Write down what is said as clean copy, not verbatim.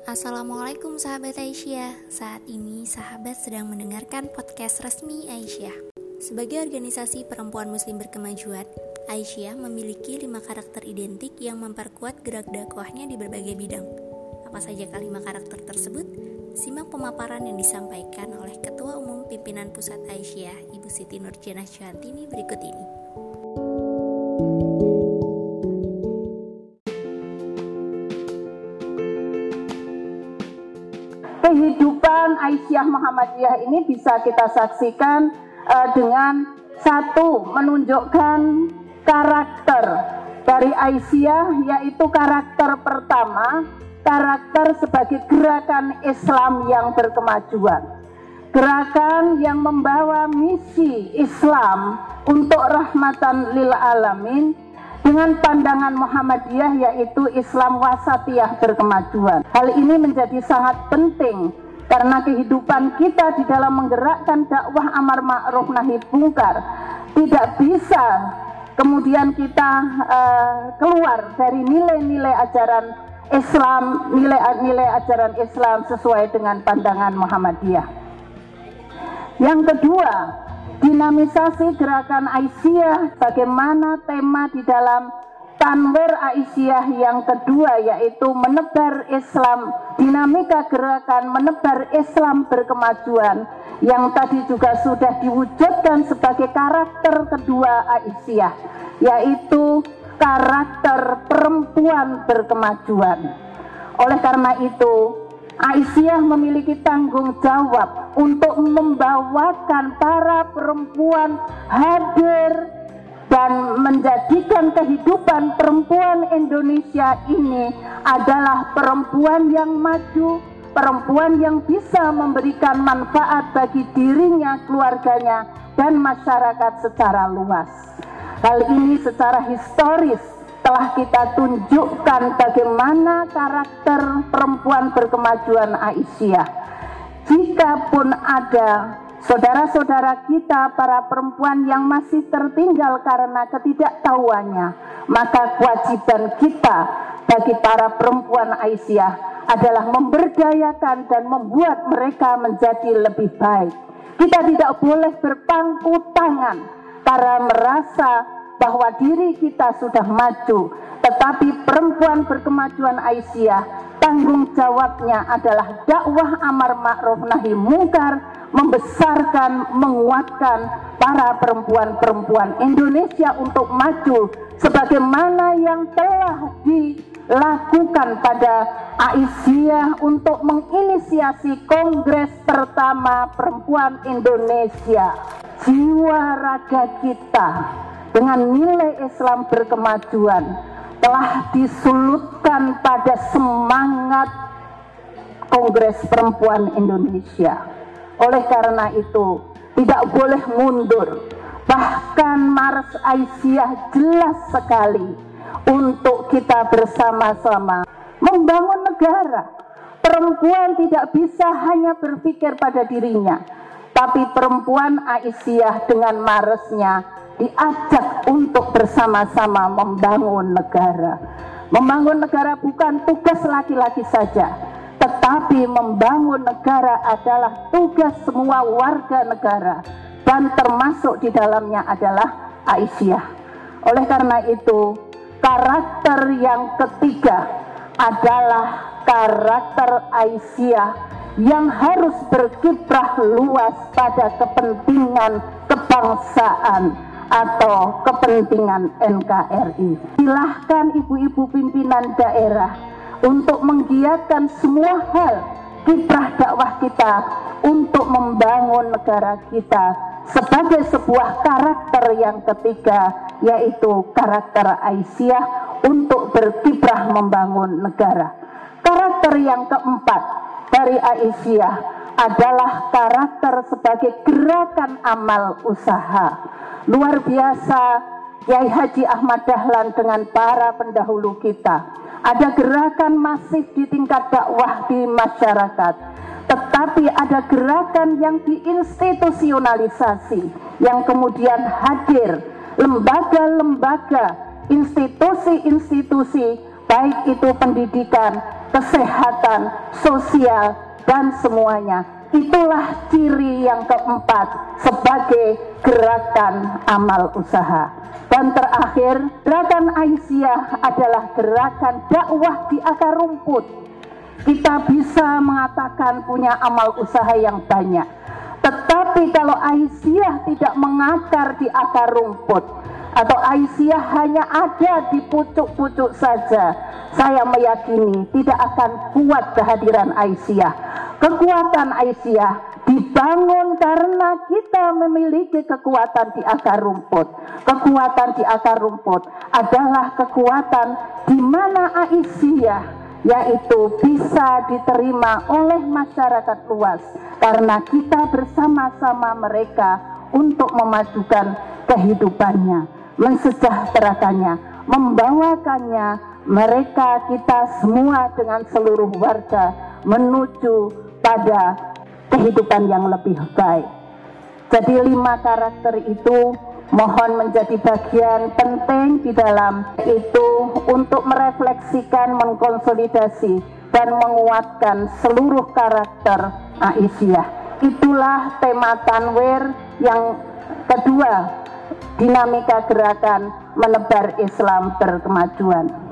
Assalamualaikum sahabat Aisyah. Saat ini sahabat sedang mendengarkan podcast resmi Aisyah. Sebagai organisasi perempuan muslim berkemajuan, Aisyah memiliki 5 karakter identik yang memperkuat gerak dakwahnya di berbagai bidang. Apa saja kelima karakter tersebut? Simak pemaparan yang disampaikan oleh Ketua Umum Pimpinan Pusat Aisyah, Ibu Siti Nurjanah Syantini berikut ini. Kehidupan Aisyah Muhammadiyah ini bisa kita saksikan dengan satu, menunjukkan karakter dari Aisyah, yaitu karakter pertama, karakter sebagai gerakan Islam yang berkemajuan, gerakan yang membawa misi Islam untuk rahmatan lil alamin dengan pandangan Muhammadiyah, yaitu Islam wasatiyah berkemajuan. Hal ini menjadi sangat penting karena kehidupan kita di dalam menggerakkan dakwah amar ma'ruf nahi munkar tidak bisa kemudian kita keluar dari nilai-nilai ajaran Islam, nilai-nilai ajaran Islam sesuai dengan pandangan Muhammadiyah. Yang kedua, dinamisasi gerakan Aisyah, bagaimana tema di dalam Tanwir Aisyah yang kedua, yaitu menebar Islam, dinamika gerakan menebar Islam berkemajuan, yang tadi juga sudah diwujudkan sebagai karakter kedua Aisyah, yaitu karakter perempuan berkemajuan. Oleh karena itu, Aisyah memiliki tanggung jawab untuk membawakan para perempuan hadir dan menjadikan kehidupan perempuan Indonesia ini adalah perempuan yang maju, perempuan yang bisa memberikan manfaat bagi dirinya, keluarganya, dan masyarakat secara luas. Hal ini secara historis telah kita tunjukkan bagaimana karakter perempuan berkemajuan Aisyah. Jikapun ada saudara-saudara kita, para perempuan yang masih tertinggal karena ketidaktahuannya, maka kewajiban kita bagi para perempuan Aisyah adalah memberdayakan dan membuat mereka menjadi lebih baik. Kita tidak boleh berpangku tangan karena merasa bahwa diri kita sudah maju, tetapi perempuan berkemajuan Aisyah, tanggung jawabnya adalah dakwah amar ma'ruf nahi munkar, membesarkan, menguatkan para perempuan-perempuan Indonesia untuk maju sebagaimana yang telah dilakukan pada Aisyah untuk menginisiasi Kongres pertama Perempuan Indonesia. Jiwa raga kita dengan nilai Islam berkemajuan telah disulutkan pada semangat Kongres Perempuan Indonesia. Oleh karena itu, tidak boleh mundur. Bahkan Mars Aisyah jelas sekali untuk kita bersama-sama membangun negara. Perempuan tidak bisa hanya berpikir pada dirinya, tapi perempuan Aisyah dengan Marsnya diajak untuk bersama-sama membangun negara. Membangun negara bukan tugas laki-laki saja, tetapi membangun negara adalah tugas semua warga negara, dan termasuk di dalamnya adalah Aisyah. Oleh karena itu, karakter yang ketiga adalah karakter Aisyah yang harus berkiprah luas pada kepentingan kebangsaan atau kepentingan NKRI. Silahkan ibu-ibu pimpinan daerah untuk menggiatkan semua hal kiprah dakwah kita untuk membangun negara kita sebagai sebuah karakter yang ketiga, yaitu karakter Aisyah untuk berkiprah membangun negara. Karakter yang keempat dari Aisyah adalah karakter sebagai gerakan amal usaha. Luar biasa Kiai Haji Ahmad Dahlan dengan para pendahulu kita. Ada gerakan masif di tingkat dakwah di masyarakat, tetapi ada gerakan yang diinstitusionalisasi, yang kemudian hadir lembaga-lembaga, institusi-institusi, baik itu pendidikan, kesehatan, sosial, dan semuanya. Itulah ciri yang keempat sebagai gerakan amal usaha. Dan terakhir, gerakan Aisyah adalah gerakan dakwah di akar rumput. Kita bisa mengatakan punya amal usaha yang banyak, tetapi kalau Aisyah tidak mengakar di akar rumput, atau Aisyah hanya ada di pucuk-pucuk saja, saya meyakini tidak akan kuat kehadiran Aisyah. Kekuatan Aisyah dibangun karena kita memiliki kekuatan di akar rumput. Kekuatan di akar rumput adalah kekuatan di mana Aisyah yaitu bisa diterima oleh masyarakat luas karena kita bersama-sama mereka untuk memajukan kehidupannya, mensejahterakannya, membawakannya mereka kita semua dengan seluruh warga menuju pada kehidupan yang lebih baik. Jadi 5 karakter itu mohon menjadi bagian penting di dalam itu untuk merefleksikan, mengkonsolidasi dan menguatkan seluruh karakter Aisyah. Itulah tema Tanwir yang kedua, dinamika gerakan menebar Islam berkemajuan.